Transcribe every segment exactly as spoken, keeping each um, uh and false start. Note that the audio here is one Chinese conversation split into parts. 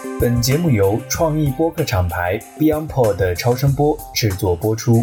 本节目由创意播客厂牌 BeyondPod 的超声波制作播出。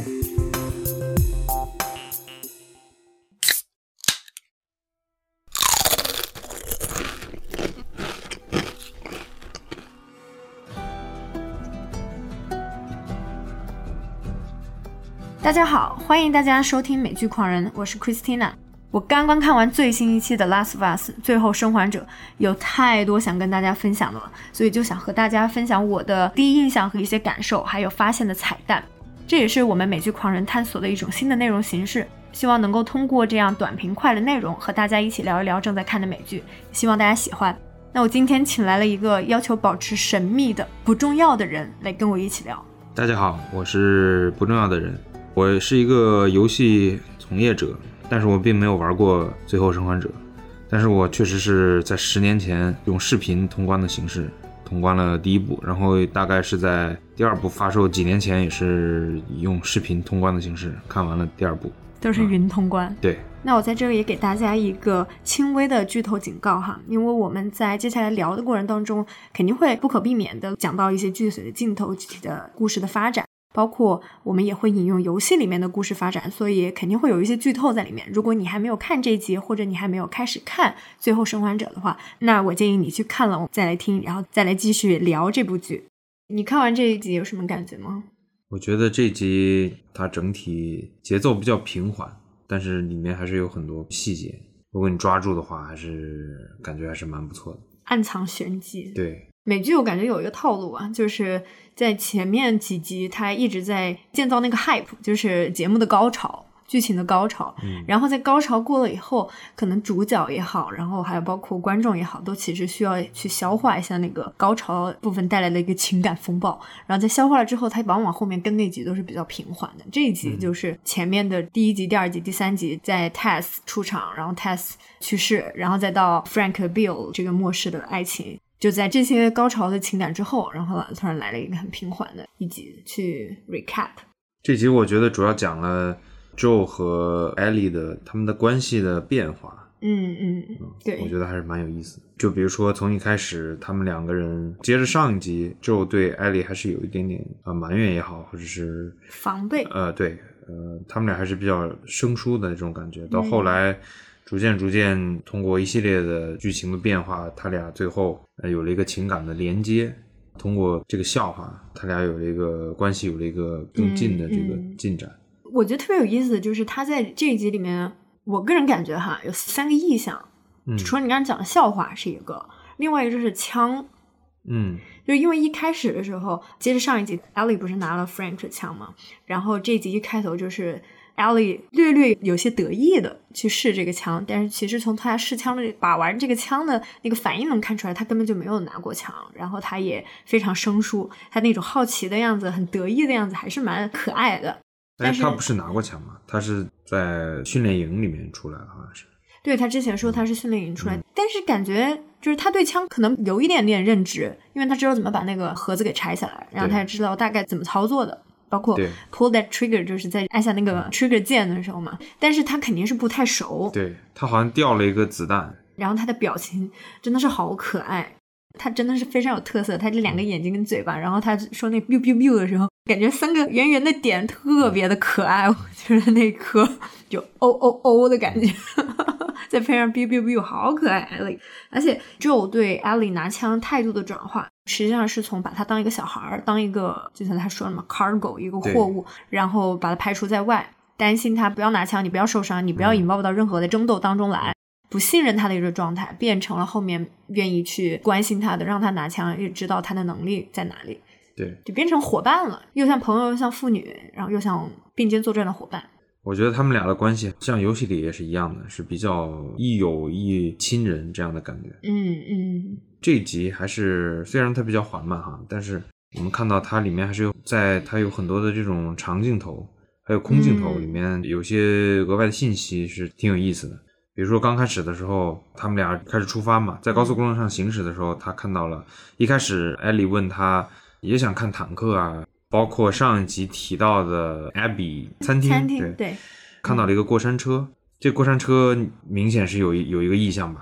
大家好，欢迎大家收听美剧狂人，我是 Christina。我刚刚看完最新一期的 Last of Us 最后生还者，有太多想跟大家分享的了，所以就想和大家分享我的第一印象和一些感受，还有发现的彩蛋。这也是我们美剧狂人探索的一种新的内容形式，希望能够通过这样短平快的内容和大家一起聊一聊正在看的美剧，希望大家喜欢。那我今天请来了一个要求保持神秘的不重要的人来跟我一起聊。 大家好，我是不重要的人，我是一个游戏从业者，但是我并没有玩过最后生还者，但是我确实是在十年前用视频通关的形式通关了第一部，然后大概是在第二部发售几年前也是用视频通关的形式看完了第二部， 都是云通关、嗯、 对。 那我在这里也给大家一个轻微的剧透警告哈，因为我们在接下来聊的过程当中肯定会不可避免的讲到一些剧情的镜头具体的故事的发展，包括我们也会引用游戏里面的故事发展，所以肯定会有一些剧透在里面。如果你还没有看这一集，或者你还没有开始看最后生还者的话，那我建议你去看了我再来听，然后再来继续聊这部剧。你看完这一集有什么感觉吗？ 我觉得这集它整体节奏比较平缓，但是里面还是有很多细节，如果你抓住的话还是感觉还是蛮不错的， 暗藏玄机。 对， 美剧我感觉有一个套路啊，就是在前面几集它一直在建造那个 hype， 就是节目的高潮，剧情的高潮、嗯、然后在高潮过了以后，可能主角也好，然后还有包括观众也好，都其实需要去消化一下那个高潮部分带来的一个情感风暴，然后在消化了之后，它往往后面跟那集都是比较平缓的。这一集就是前面的第一集、第二集、第三集在 Tess 出场，然后 Tess 去世，然后再到 Frank Bill 这个末世的爱情，就在这些高潮的情感之后，然后突然来了一个很平缓的一集去 recap。 这集我觉得主要讲了 Joe 和 Ellie 的他们的关系的变化。 嗯嗯，对， 我觉得还是蛮有意思的。就比如说从一开始他们两个人接着上一集 Joe 对 Ellie 还是有一点点、呃、埋怨也好，或者是防备， 呃对呃他们俩还是比较生疏的这种感觉。到后来、嗯逐渐逐渐通过一系列的剧情的变化，他俩最后、呃、有了一个情感的连接，通过这个笑话他俩有了一个关系有了一个更近的这个进展、 嗯嗯、我觉得特别有意思的就是他在这一集里面，我个人感觉哈有三个意象、嗯、除了你刚才讲的笑话是一个，另外一个就是枪。 嗯， 就是因为一开始的时候接着上一集 Ellie 不是拿了 Frank 的枪吗，然后这一集一开头就是Ellie 略略有些得意的去试这个枪，但是其实从他试枪的把玩这个枪的那个反应能看出来他根本就没有拿过枪，然后他也非常生疏，他那种好奇的样子很得意的样子还是蛮可爱的。 但是他不是拿过枪吗？他是在训练营里面出来的，好像是。 对，他之前说他是训练营出来、嗯、但是感觉就是他对枪可能有一点点认知，因为他知道怎么把那个盒子给拆下来，然后他也知道大概怎么操作的，包括 pull that trigger 就是在按下那个 trigger 键的时候嘛，但是他肯定是不太熟。 对，他好像掉了一个子弹， 然后他的表情真的是好可爱，他真的是非常有特色，他这两个眼睛跟嘴巴，然后他说那 biu biu biu 的时候感觉三个圆圆的点特别的可爱，我觉得那颗就哦哦哦的感觉再配上 biu biu biu 好可爱 Ellie。 而且 Joe 对 Ellie 拿枪态度的转化实际上是从把他当一个小孩，当一个就像他说了嘛 cargo 一个货物，然后把他排除在外，担心他不要拿枪，你不要受伤，你不要引爆到任何的争斗当中来、嗯、不信任他的一个状态，变成了后面愿意去关心他的，让他拿枪，也知道他的能力在哪里。 对， 就变成伙伴了，又像朋友又像父女，然后又像并肩作战的伙伴。 我觉得他们俩的关系像游戏里也是一样的，是比较亦友亦亲人这样的感觉。 嗯嗯， 这一集还是虽然它比较缓慢哈，但是我们看到它里面还是有在它有很多的这种长镜头还有空镜头，里面有些额外的信息是挺有意思的。比如说刚开始的时候他们俩开始出发嘛，在高速公路上行驶的时候，他看到了一开始艾莉问他也想看坦克啊，包括上一集提到的 Abby 餐厅， 餐厅 对, 对，看到了一个过山车、嗯、这过山车明显是有一有一个意象吧，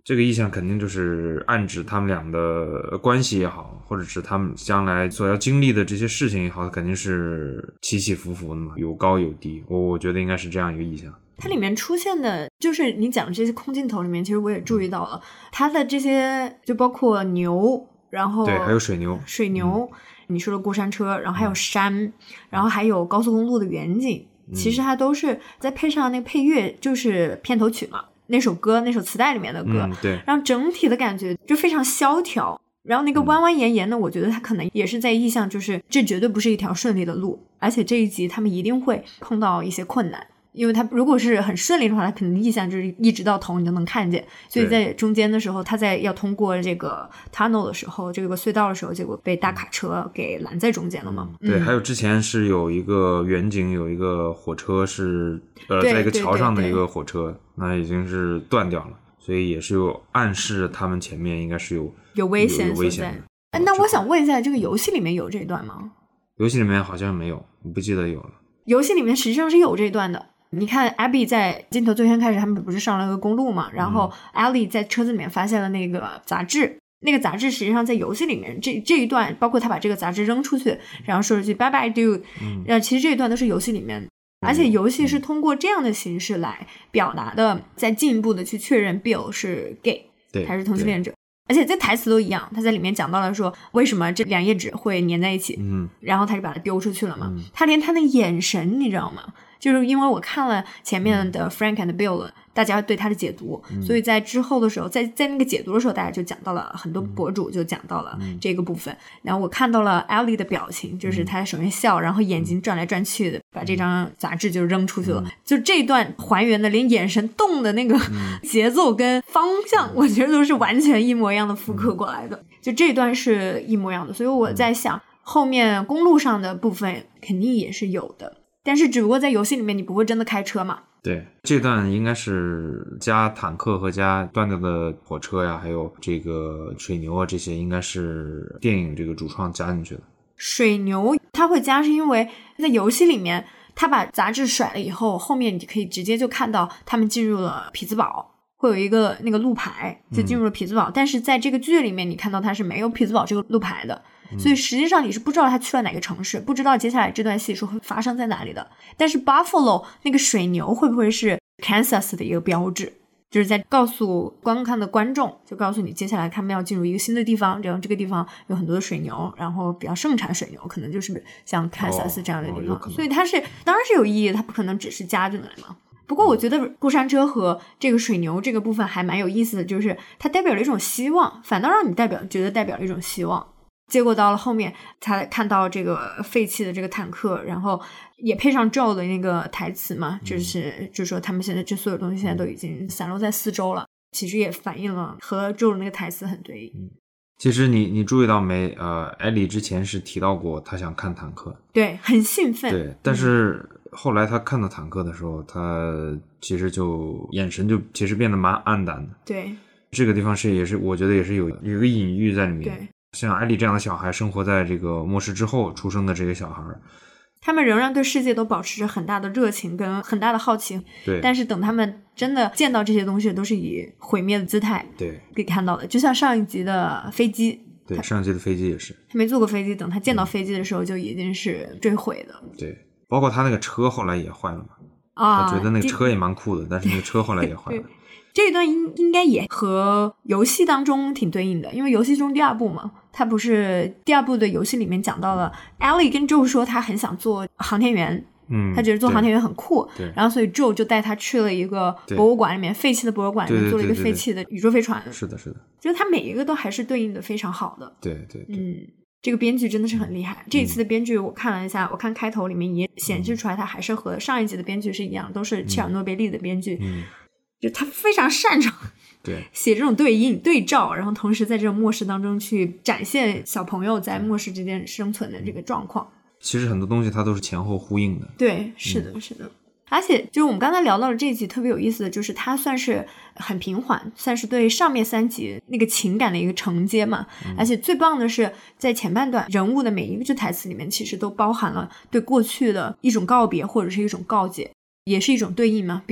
这个意象肯定就是暗指他们俩的关系也好，或者是他们将来所要经历的这些事情也好，肯定是起起伏伏的嘛，有高有低，我我觉得应该是这样一个意象。 它里面出现的就是你讲的这些空镜头里面，其实我也注意到了它的这些，就包括牛，然后对，还有水牛， 水牛、嗯、你说的过山车，然后还有山、嗯、然后还有高速公路的远景、嗯、其实它都是再配上那个配乐，就是片头曲嘛，那首歌那首磁带里面的歌、 嗯、对， 然后整体的感觉就非常萧条，然后那个弯弯延延的、嗯、我觉得它可能也是在意象，就是这绝对不是一条顺利的路，而且这一集他们一定会碰到一些困难，因为他如果是很顺利的话，他可能意象就是一直到头你都能看见，所以在中间的时候他在要通过这个 tunnel 的时候，这个隧道的时候，结果被大卡车给拦在中间了嘛、 嗯、对、嗯、还有之前是有一个远景，有一个火车是呃在一个桥上的一个火车，那已经是断掉了，所以也是有暗示他们前面应该是有有危险所在。哎，那我想问一下，这个游戏里面有这段吗？ 游戏里面好像没有，我不记得有了。 游戏里面实际上是有这段的。你看 Abby 在镜头最先开始他们不是上了个公路嘛，然后 Ellie 在车子里面发现了那个杂志，那个杂志实际上在游戏里面这这一段，包括他把这个杂志扔出去，然后说了句 bye bye dude、嗯、然后其实这一段都是游戏里面，而且游戏是通过这样的形式来表达的，再进一步的去确认 Bill 是 gay， 他是同性恋者，而且这台词都一样，他在里面讲到了说为什么这两页纸会粘在一起、嗯、然后他就把它丢出去了嘛、嗯、他连他的眼神你知道吗，就是因为我看了前面的 Frank and Bill、嗯、大家对他的解读、嗯、所以在之后的时候在在那个解读的时候大家就讲到了，很多博主就讲到了这个部分、嗯、然后我看到了 Ellie 的表情，就是他首先笑，然后眼睛转来转去的把这张杂志就扔出去了、嗯、就这一段还原的连眼神动的那个、嗯、节奏跟方向我觉得都是完全一模一样的复刻过来的、嗯、就这一段是一模一样的，所以我在想、嗯、后面公路上的部分肯定也是有的，但是只不过在游戏里面你不会真的开车嘛。 对，这段应该是加坦克和加断掉的火车呀，还有这个水牛啊，这些应该是电影这个主创加进去的。 水牛它会加是因为在游戏里面他把杂志甩了以后，后面你可以直接就看到他们进入了匹兹堡，会有一个那个路牌就进入了匹兹堡、嗯、但是在这个剧里面你看到它是没有匹兹堡这个路牌的，所以实际上你是不知道他去了哪个城市，不知道接下来这段戏是会发生在哪里的。但是 Buffalo 那个水牛会不会是 Kansas 的一个标志，就是在告诉观看的观众，就告诉你接下来他们要进入一个新的地方，然后这个地方有很多的水牛，然后比较盛产水牛，可能就是像 Kansas 这样的地方、哦哦、所以它是当然是有意义的，它不可能只是加进来嘛。不过我觉得过山车和这个水牛这个部分还蛮有意思的，就是它代表了一种希望，反倒让你代表觉得代表了一种希望。结果到了后面他看到这个废弃的这个坦克，然后也配上 Joe 的那个台词嘛，就是就是说他们现在这所有东西现在都已经散落在四周了，其实也反映了和 Joe 的那个台词很对应、嗯、 其实你你注意到没，呃，艾莉之前是提到过他想看坦克， 对，很兴奋， 对，但是后来他看到坦克的时候，他其实就眼神就其实变得蛮暗淡的， 对， 这个地方是也是我觉得也是有有一个隐喻在里面， 对， 像艾莉这样的小孩生活在这个末世之后出生的这个小孩， 他们仍然对世界都保持着很大的热情跟很大的好奇， 对， 但是等他们真的见到这些东西都是以毁灭的姿态对可以看到的，就像上一集的飞机， 对，上一集的飞机也是他没坐过飞机，等他见到飞机的时候就已经是坠毁的、嗯、 对，包括他那个车后来也坏了嘛， 啊， 他觉得那个车也蛮酷的，但是那个车后来也坏了这一段应应该也和游戏当中挺对应的，因为游戏中第二部嘛，他不是第二部的游戏里面讲到了 Ellie 跟 Joe 说他很想做航天员， 嗯， 他觉得做航天员很酷， 对， 然后所以 Joe 就带他去了一个博物馆里面，废弃的博物馆里面做了一个废弃的宇宙飞船， 是的是的， 就是他每一个都还是对应的非常好的， 对对对， 嗯，这个编剧真的是很厉害、嗯、这一次的编剧我看了一下，我看开头里面也显示出来他还是和上一集的编剧是一样，都是切尔诺贝利的编剧， 嗯， 就他非常擅长对写这种对应对照，然后同时在这种末世当中去展现小朋友在末世之间生存的这个状况， 其实很多东西它都是前后呼应的， 对，是的、嗯、是的，而且就是我们刚才聊到的这一集特别有意思的就是它算是很平缓，算是对上面三集那个情感的一个承接嘛、嗯、而且最棒的是在前半段人物的每一句台词里面其实都包含了对过去的一种告别或者是一种告诫，也是一种对应嘛，比如说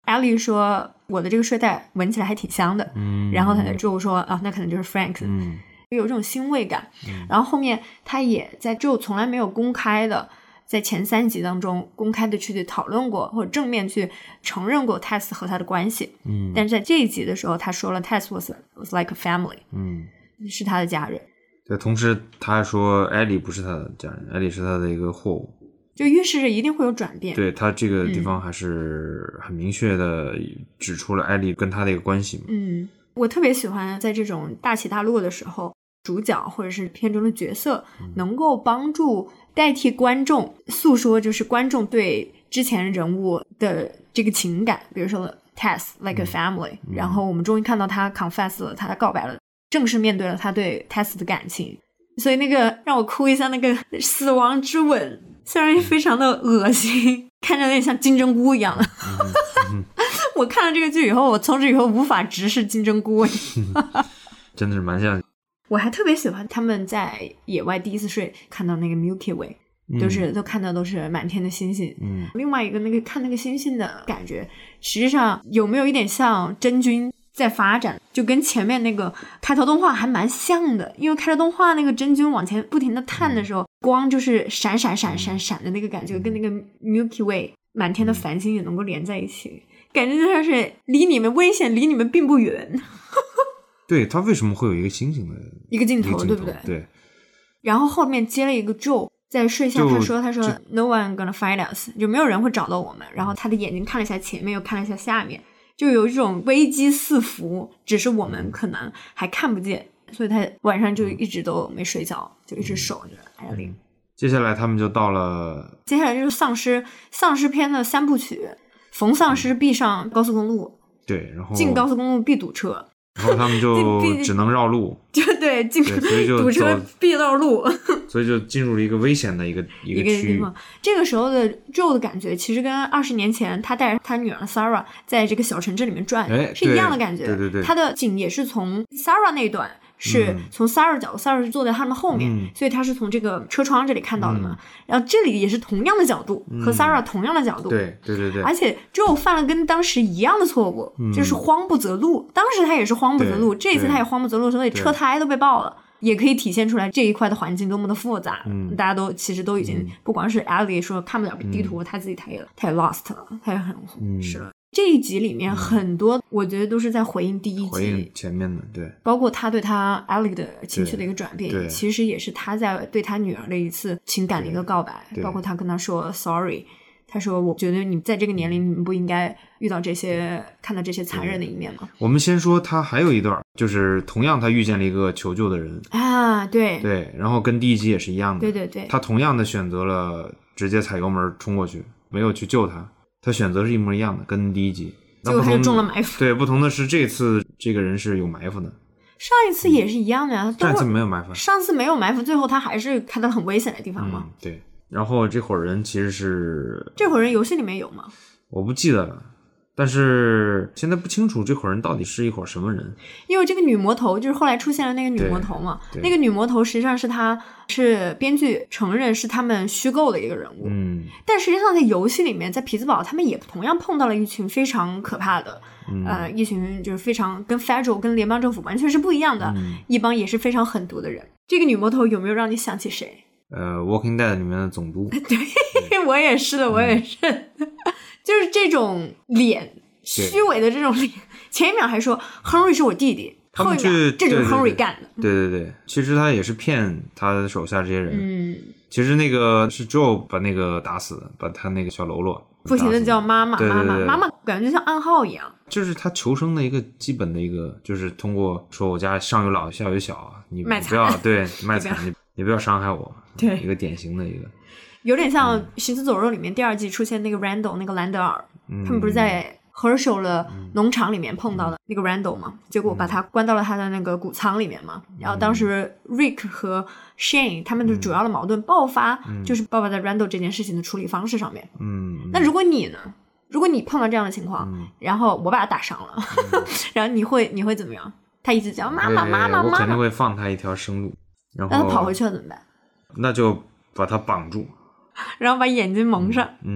Ellie 说我的这个睡袋闻起来还挺香的， 嗯， 然后他就说啊，那可能就是 Frank， 嗯， 有这种欣慰感。 嗯、 然后后面他也在Joe从来没有公开的，在前三集当中公开的去讨论过或者正面去承认过 Tess 和他的关系。 嗯， 但是在这一集的时候，他说了 Tess was was like a family， 嗯， 是他的家人。 对，同时他还说艾莉不是他的家人，艾莉是他的一个货物。 就预示着一定会有转变。 对，他这个地方还是很明确的指出了艾莉跟他的一个关系嘛。 嗯，我特别喜欢在这种大起大落的时候，主角或者是片中的角色、嗯、能够帮助代替观众诉说，就是观众对之前人物的这个情感，比如说 Tess like a family、嗯、然后我们终于看到他 confess 了，他告白了，正式面对了他对 Tess 的感情。所以那个让我哭一下那个死亡之吻，虽然非常的恶心，看着有点像金针菇一样的、嗯嗯、我看了这个剧以后，我从此以后无法直视金针菇真的是蛮像。 我还特别喜欢他们在野外第一次睡看到那个 Milky Way， 都是、嗯、都看到都是满天的星星。嗯，另外一个那个看那个星星的感觉，实际上有没有一点像真菌在发展，就跟前面那个开头动画还蛮像的。因为开头动画那个真菌往前不停的探的时候、嗯、光就是闪闪闪闪闪的那个感觉、嗯、跟那个 Milky Way 满天的繁星也能够连在一起、嗯、感觉就像是离你们危险离你们并不远。 对，他为什么会有一个星星的一个镜头， 镜头对不对？ 对。 然后后面接了一个 Joe 在睡下，他说他说 No one gonna find us， 就没有人会找到我们。然后他的眼睛看了一下前面，又看了一下下面，就有一种危机四伏，只是我们可能还看不见，所以他晚上就一直都没睡觉，就一直守着艾琳。 接下来他们就到了， 接下来就是丧尸丧尸片的三部曲，逢丧尸必上高速公路， 对，然后进高速公路必堵车。 然后他们就只能绕路， 就对，进对，所以就堵车必绕路， 所以就进入了一个危险的一个一个区域。 这个时候的 Joe 的感觉，其实跟二十年前他带着他女儿 Sarah 在这个小城镇里面转是一样的感觉。 对对对， 他的景也是从 Sarah 那一段。是从 Sarah 角度、嗯、Sarah 是坐在他们后面、嗯、所以他是从这个车窗这里看到的嘛、嗯、然后这里也是同样的角度、嗯、和 Sarah 同样的角度， 对对对对， 而且 Joe 犯了跟当时一样的错误、嗯、就是慌不择路，当时他也是慌不择路，这一次他也慌不择路，所以车胎都被爆了，也可以体现出来这一块的环境多么的复杂、嗯、大家都其实都已经、嗯、不光是 Ellie 说看不了地图、嗯、他自己他也他也 lost 了，他也很是了、嗯，这一集里面很多、嗯、我觉得都是在回应第一集， 回应前面的，对， 包括他对他 Ellie 的情绪的一个转变，其实也是他在对他女儿的一次情感的一个告白，包括他跟他说 sorry， 他说我觉得你在这个年龄你们不应该遇到这些看到这些残忍的一面吗？ 我们先说他还有一段，就是同样他遇见了一个求救的人啊，对对，然后跟第一集也是一样的， 对对对， 他同样的选择了直接踩油门冲过去，没有去救他，他选择是一模一样的，跟第一集， 结果他就中了埋伏。 对，不同的是这次这个人是有埋伏的， 上一次也是一样的呀、啊嗯。 上次没有埋伏， 上次没有埋伏，最后他还是开到很危险的地方嘛、 嗯。对，然后这伙人其实是这伙人游戏里面有吗？ 我不记得了。但是现在不清楚这伙人到底是一伙什么人， 因为这个女魔头就是后来出现了那个女魔头嘛，那个女魔头实际上是她是编剧承认是他们虚构的一个人物，嗯，但实际上在游戏里面，在匹兹堡他们也同样碰到了一群非常可怕的、嗯、呃，一群就是非常跟 Federal 跟联邦政府完全是不一样的、嗯、一帮也是非常狠毒的人。这个女魔头有没有让你想起谁？ 呃 Walking Dead 里面的总督。 对，我也是的，我也是、嗯、就是这种脸虚伪的这种脸，前一秒还说 Henry 是我弟弟，后一秒这就是 Henry 干的。 对对 对, 对对对，其实他也是骗他手下这些人。嗯，其实那个是 Joe 把那个打死的，把他那个小喽啰不停的叫妈妈妈妈妈妈，感觉就像暗号一样。 就是他求生的一个基本的一个，就是通过说我家上有老下有小，你不要对卖惨，你你不要伤害我， 对， 一个典型的一个。 有点像《行尸走肉》里面第二季出现那个 Randall 那个兰德尔、嗯、他们不是在Herschel 的农场里面碰到的那个 Randall 嘛、嗯、结果把他关到了他的那个谷仓里面嘛、嗯、然后当时 Rick 和 Shane 他们的主要的矛盾爆发、嗯、就是爆发在 Randall 这件事情的处理方式上面。嗯，那如果你呢，如果你碰到这样的情况、嗯、然后我把他打伤了、嗯、然后你会你会怎么样？他一直叫妈妈妈妈妈妈， 我肯定会放他一条生路，然后让他跑回去了怎么办？ 那就把他绑住， 然后把眼睛蒙上。 嗯，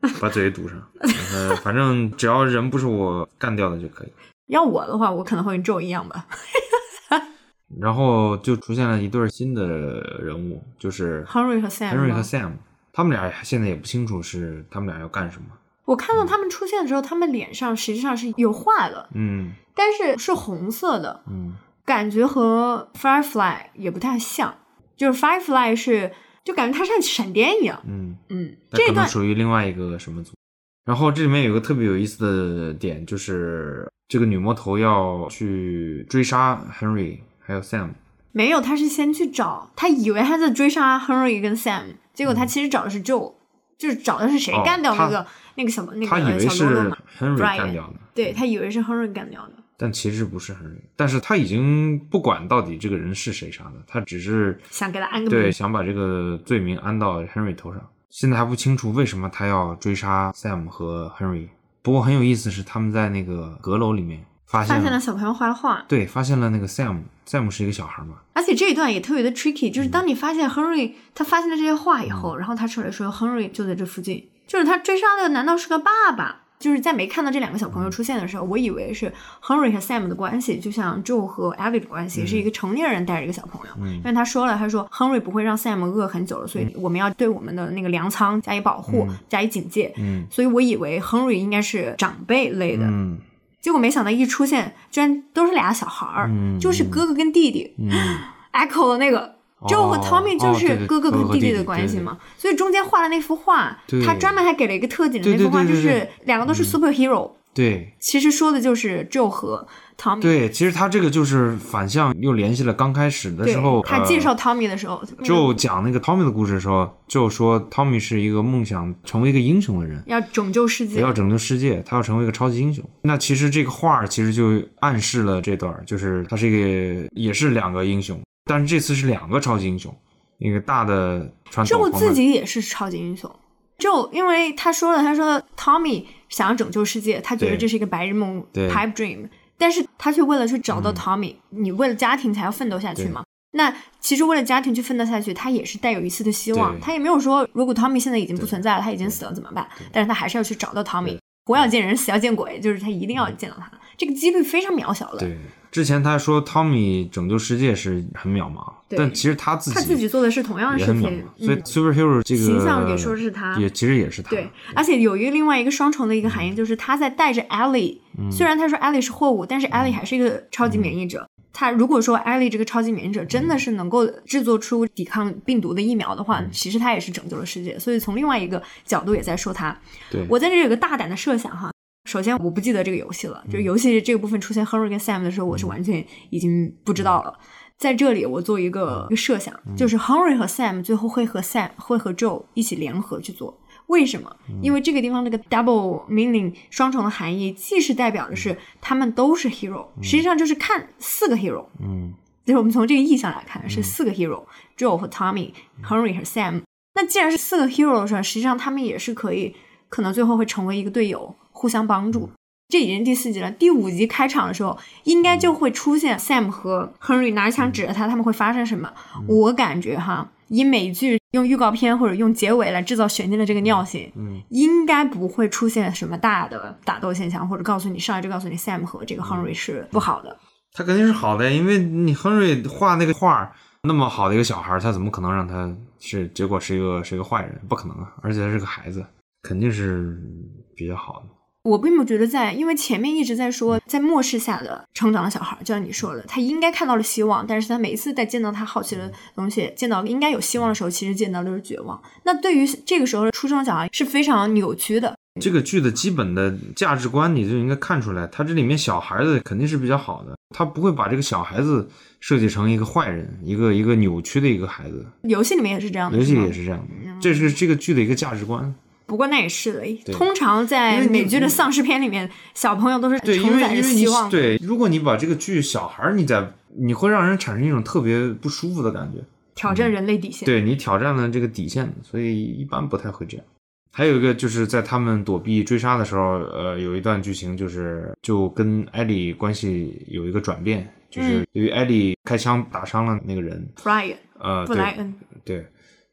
把嘴堵上。呃，反正只要人不是我干掉的就可以。 要我的话，我可能会跟 Joe 一样吧。 然后就出现了一对新的人物，就是 Henry 和 Sam。 Henry 和 Sam， 他们俩现在也不清楚是他们俩要干什么。 我看到他们出现的时候，他们脸上实际上是有画的， 嗯， 但是是红色的， 嗯， 感觉和 Firefly 也不太像，就是 Firefly 是就感觉它像闪电一样。 嗯嗯， 它可能属于另外一个什么组。然后这里面有个特别有意思的点，就是这个女魔头要去追杀 Henry 还有 Sam。 没有，他是先去找，他以为他在追杀 Henry 跟 Sam， 结果他其实找的是 Joe，、嗯、就是找的是谁干掉那个、哦、那个小那个他以为是 Henry 干掉的， 对，他以为是 Henry 干掉的， 但其实不是 Henry。 但是他已经不管到底这个人是谁杀的，他只是想给他安个名， 对，想把这个罪名安到 Henry 头上。现在还不清楚为什么他要追杀 Sam 和 Henry。 不过很有意思是他们在那个阁楼里面发现了发现了小朋友画的画， 对，发现了那个 Sam Sam 是一个小孩嘛。 而且这一段也特别的 tricky， 就是当你发现 Henry、嗯、他发现了这些画以后、嗯、然后他出来说 Henry 就在这附近，就是他追杀的难道是个爸爸？就是在没看到这两个小朋友出现的时候、嗯、我以为是 Henry 和 Sam 的关系就像 Joe 和 Ellie 的关系、嗯、是一个成年人带着一个小朋友、嗯、因为他说了，他说 Henry 不会让 Sam 饿很久了，所以我们要对我们的那个粮仓加以保护、嗯、加以警戒、嗯、所以我以为 Henry 应该是长辈类的、嗯，结果没想到一出现居然都是俩小孩儿、嗯、就是哥哥跟弟弟、嗯、echo 了那个Joe 和 Tommy 就是哥哥跟弟弟的关系嘛、哦哦、所以中间画的那幅画他专门还给了一个特景的那幅画，就是两个都是 superhero、嗯、 对， 其实说的就是 Joe 和 Tommy。 对，其实他这个就是反向又联系了刚开始的时候他介绍 Tommy 的时候、呃、 Joe 讲那个 Tommy 的故事的时候， Joe 说 Tommy 是一个梦想成为一个英雄的人， 要拯救世界， 要拯救世界，他要成为一个超级英雄。那其实这个画其实就暗示了这段，就是他是一个也是两个英雄，但是这次是两个超级英雄，一个大的穿斗篷的， Joe 自己也是超级英雄。Joe 因为他说了，他说 Tommy 想要拯救世界，他觉得这是一个白日梦 pipe dream， 但是他却为了去找到 Tommy、嗯、你为了家庭才要奋斗下去嘛，那其实为了家庭去奋斗下去，他也是带有一丝的希望，他也没有说如果 Tommy 现在已经不存在了，他已经死了怎么办，但是他还是要去找到 Tommy， 活要见人死要见鬼，就是他一定要见到他，这个几率非常渺小的。 对，之前他说 Tommy 拯救世界是很渺茫，但其实他自己他自己做的是同样的事情， 所以 superhero 这个形象也说是他， 也其实也是他。 对，而且有一个另外一个双重的一个含义，就是他在带着 Ellie、嗯、虽然他说 Ellie 是货物，但是 Ellie 还是一个超级免疫者、嗯、他如果说 Ellie 这个超级免疫者真的是能够制作出抵抗病毒的疫苗的话、嗯、其实他也是拯救了世界，所以从另外一个角度也在说他。 对， 我在这里有个大胆的设想哈，首先我不记得这个游戏了、嗯、就是游戏这个部分出现 Henry 跟 Sam 的时候，我是完全已经不知道了、嗯、在这里我做一个、嗯、一个设想、嗯、就是 Henry 和 Sam 最后会和 Sam 会和 Joe 一起联合去做。为什么、嗯、因为这个地方这个 double meaning 双重的含义，既是代表的是他们都是 hero、嗯、实际上就是看四个 hero， 嗯，就是我们从这个意象来看是四个 hero、嗯、Joe 和 Tommy、嗯、Henry 和 Sam。 那既然是四个 hero 的时候，实际上他们也是可以可能最后会成为一个队友，互相帮助。这已经是第四集了，第五集开场的时候应该就会出现 Sam 和 Henry 拿着枪指着他，他们会发生什么、嗯、我感觉哈，以美剧用预告片或者用结尾来制造悬念的这个尿性、嗯、应该不会出现什么大的打斗现象，或者告诉你上来就告诉你 Sam 和这个 Henry 是不好的。 他肯定是好的，因为你 Henry 画那个画那么好的一个小孩，他怎么可能让他是结果是一个是一个坏人？不可能啊！而且他是个孩子，肯定是比较好的。 我并不觉得在，因为前面一直在说在末世下的成长的小孩，就像你说的，他应该看到了希望，但是他每一次在见到他好奇的东西，见到应该有希望的时候，其实见到的是绝望。那对于这个时候出生的小孩是非常扭曲的。 这个剧的基本的价值观你就应该看出来，他这里面小孩子肯定是比较好的，他不会把这个小孩子设计成一个坏人，一个一个扭曲的一个孩子。 游戏里面也是这样的， 游戏也是这样的、嗯、这是这个剧的一个价值观。 不过那也是的，通常在美剧的丧尸片里面，小朋友都是承载着希望的。 对，如果你把这个剧小孩你在你会让人产生一种特别不舒服的感觉， 挑战人类底线、嗯、 对，你挑战了这个底线，所以一般不太会这样。还有一个就是在他们躲避追杀的时候，呃，有一段剧情就是就跟艾莉关系有一个转变，就是由于艾莉开枪打伤了那个人 Brian 呃， 布莱恩， 对，对，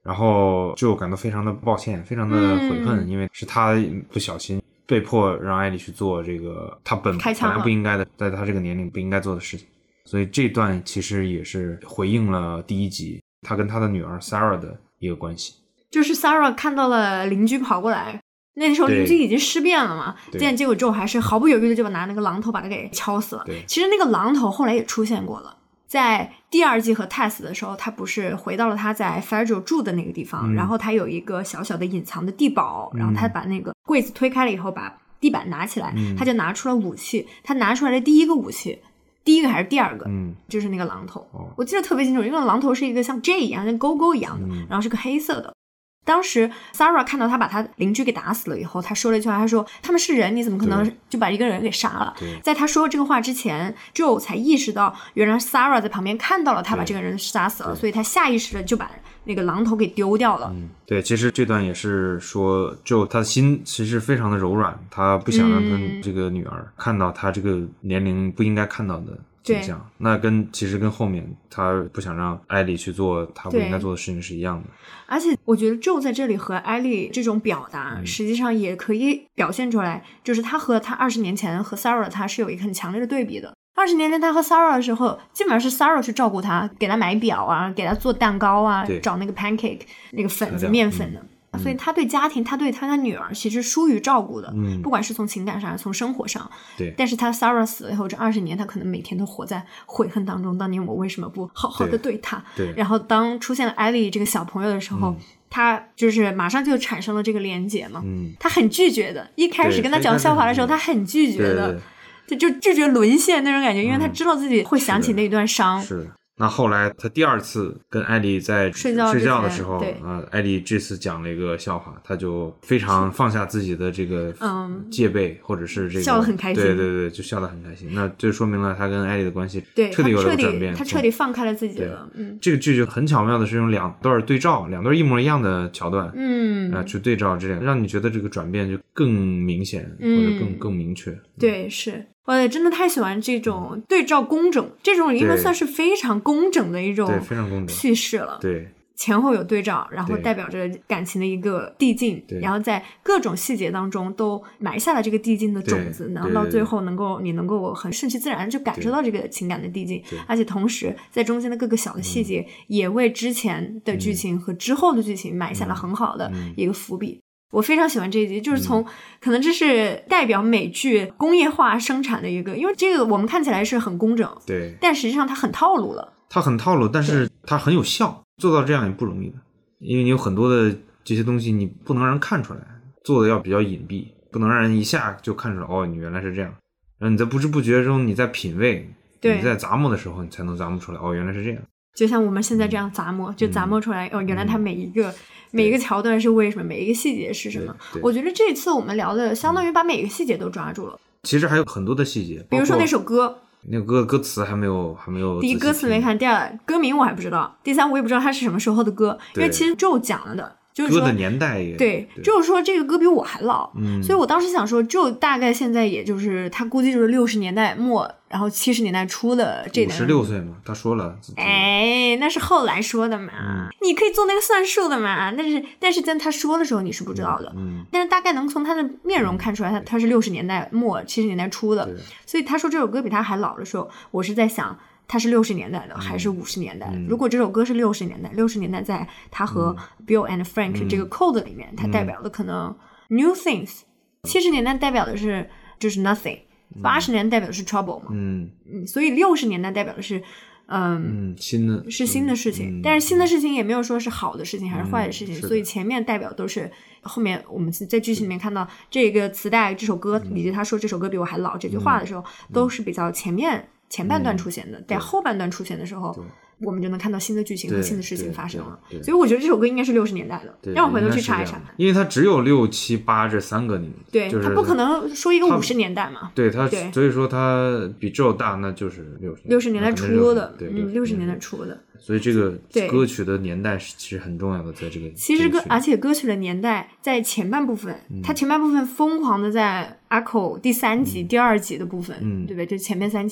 然后就感到非常的抱歉，非常的悔恨， 嗯、 因为是他不小心被迫让艾莉去做这个他本本来不应该的，在他这个年龄不应该做的事情。所以这段其实也是回应了第一集他跟他的女儿 Sarah 的一个关系， 就是 Sarah 看到了邻居跑过来，那时候邻居已经尸变了嘛，但结果之后还是毫不犹豫的就把拿那个榔头把他给敲死了。其实那个榔头后来也出现过了，在第二季和 Tess 的时候，他不是回到了他在 Federal 住的那个地方、嗯、然后他有一个小小的隐藏的地堡、嗯、然后他把那个柜子推开了以后把地板拿起来、嗯、他就拿出了武器，他拿出来的第一个武器第一个还是第二个、嗯、就是那个榔头、哦、我记得特别清楚，因为榔头是一个像 J 一样像勾勾一样的、嗯、然后是个黑色的。当时 Sarah 看到他把他邻居给打死了以后，他说了一句话，他说他们是人，你怎么可能就把一个人给杀了。在他说这个话之前 Joe 才意识到原来 Sarah 在旁边看到了他把这个人杀死了，所以他下意识的就把那个榔头给丢掉了、嗯、对，其实这段也是说 Joe 他的心其实非常的柔软，他不想让他这个女儿看到他这个年龄不应该看到的景象，那跟其实跟后面他不想让艾莉去做他不应该做的事情是一样的。而且我觉得 Joe 在这里和艾莉这种表达、嗯、实际上也可以表现出来，就是他和他二十年前和 Sarah 他是有一个很强烈的对比的。二十年前他和 Sarah 的时候基本上是 Sarah 去照顾他，给他买表啊，给他做蛋糕啊，找那个 pancake 那个粉子面粉的、嗯、所以他对家庭他对他的女儿其实疏于照顾的、嗯、不管是从情感上从生活上。对，但是他 Sarah 死了以后这二十年他可能每天都活在悔恨当中，当年我为什么不好好的对他。 对, 对，然后当出现了艾莉这个小朋友的时候、嗯、他就是马上就产生了这个连结嘛、嗯、他很拒绝的，一开始跟他讲笑话的时候他很拒绝的，对对对，就拒绝沦陷那种感觉，因为他知道自己会想起那一段伤、嗯、是的。那后来他第二次跟艾莉在睡觉睡觉的时候，呃，艾莉这次讲了一个笑话，他就非常放下自己的这个戒备、嗯、或者是这个笑得很开心，对对对，就笑得很开心。那就说明了他跟艾莉的关系彻底有了转变，他彻底放开了自己了。嗯，这个剧就很巧妙的是用两段对照，两段一模一样的桥段，嗯，啊、呃，去对照这样，让你觉得这个转变就更明显、嗯、或者更更明确。对，是。我真的太喜欢这种对照工整，这种应该算是非常工整的一种叙事了。对，前后有对照，然后代表着感情的一个递进，然后在各种细节当中都埋下了这个递进的种子，然后到最后能够你能够很顺其自然就感受到这个情感的递进，而且同时在中间的各个小的细节、嗯、也为之前的剧情和之后的剧情埋下了很好的一个伏笔。我非常喜欢这一集，就是从、嗯、可能这是代表美剧工业化生产的一个，因为这个我们看起来是很工整，对，但实际上它很套路了，它很套路，但是它很有效，做到这样也不容易的，因为你有很多的这些东西你不能让人看出来，做的要比较隐蔽，不能让人一下就看出来哦，你原来是这样，然后你在不知不觉中你在品味，你在咂摸的时候你才能咂摸出来哦，原来是这样，就像我们现在这样咂摸、嗯、就咂摸出来、嗯、哦，原来它每一个每一个桥段是为什么，每一个细节是什么。我觉得这次我们聊的相当于把每一个细节都抓住了。其实还有很多的细节，比如说那首歌，那个歌歌词还没有还没有。第一歌词没看，第二歌名我还不知道，第三我也不知道它是什么时候的歌，因为其实Joe讲了的。就是说歌的年代也对，就是说这个歌比我还老、嗯、所以我当时想说就大概现在也就是他估计就是六十年代末然后七十年代初的这五十六岁嘛，他说了哎，那是后来说的嘛、嗯、你可以做那个算术的嘛，但是但是在他说的时候你是不知道的、嗯、但是大概能从他的面容看出来他他是六十年代末七十年代初的，所以他说这首歌比他还老的时候，我是在想他是六十年代的还是五十年代、嗯、如果这首歌是六十年代，六十年代在他和 Bill and Frank 这个 code 里面、嗯、它代表的可能 new things， 七十年代代表的是就是 nothing， 八十年代代表的是 trouble 嘛，嗯嗯，所以六十年代代表的是嗯, 嗯新的是新的事情、嗯、但是新的事情也没有说是好的事情还是坏的事情、嗯、所以前面代表都是后面我们在剧情里面看到这个磁带这首歌、嗯、以及他说这首歌比我还老这句话的时候、嗯、都是比较前面前半段出现的、嗯、在后半段出现的时候我们就能看到新的剧情和新的事情发生了，所以我觉得这首歌应该是六十年代的，让我回头去查一查，因为它只有六七八这三个，对，就是、它不可能说一个五十年代嘛，对它，所以说它比Joe大，那就是六十六十年代初的，对，嗯，六十年代初的，所以这个歌曲的年代是其实很重要的，在这个其实歌，而且歌曲的年代在前半部分，嗯、它前半部分疯狂的在 echo 第三集、嗯、第二集的部分，嗯，对不对？就前面三集。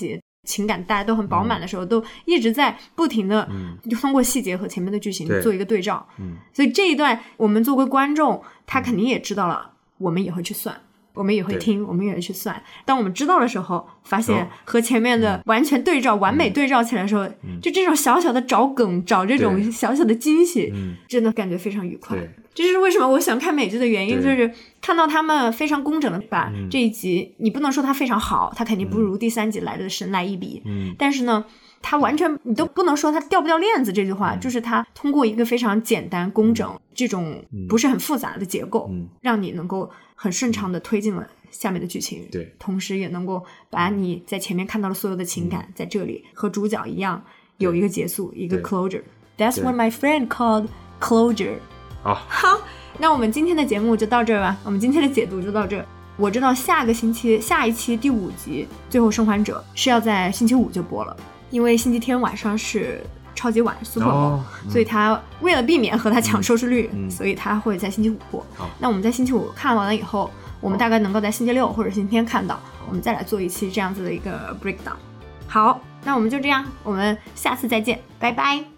情感大家都很饱满的时候、嗯、都一直在不停的就通过细节和前面的剧情做一个对照、 嗯、 所以这一段我们作为观众他肯定也知道了、嗯、我们也会去算，我们也会听，我们也会去算。当我们知道的时候发现和前面的完全对照、嗯、完美对照起来的时候、嗯、就这种小小的找梗找这种小小的惊喜、嗯、真的感觉非常愉快。这就是为什么我想看美剧的原因，就是看到他们非常工整的把这一集、嗯、你不能说它非常好，它肯定不如第三集来的神来一笔、嗯、但是呢它完全你都不能说它掉不掉链子这句话、嗯、就是它通过一个非常简单工整、嗯、这种不是很复杂的结构、嗯、让你能够很顺畅的推进了下面的剧情， 对， 同时也能够把你在前面看到的所有的情感、嗯、在这里和主角一样有一个结束，一个 closure。 That's what my friend called closure。 好好，那我们今天的节目就到这儿吧，我们今天的解读就到这儿。我知道下个星期下一期第五集最后生还者是要在星期五就播了，因为星期天晚上是超级晚 Super Bowl、哦嗯、所以他为了避免和他抢收视率、嗯、所以他会在星期五播、嗯、那我们在星期五看完了以后，我们大概能够在星期六或者星期天看到，我们再来做一期这样子的一个 breakdown。 好，那我们就这样，我们下次再见，拜拜。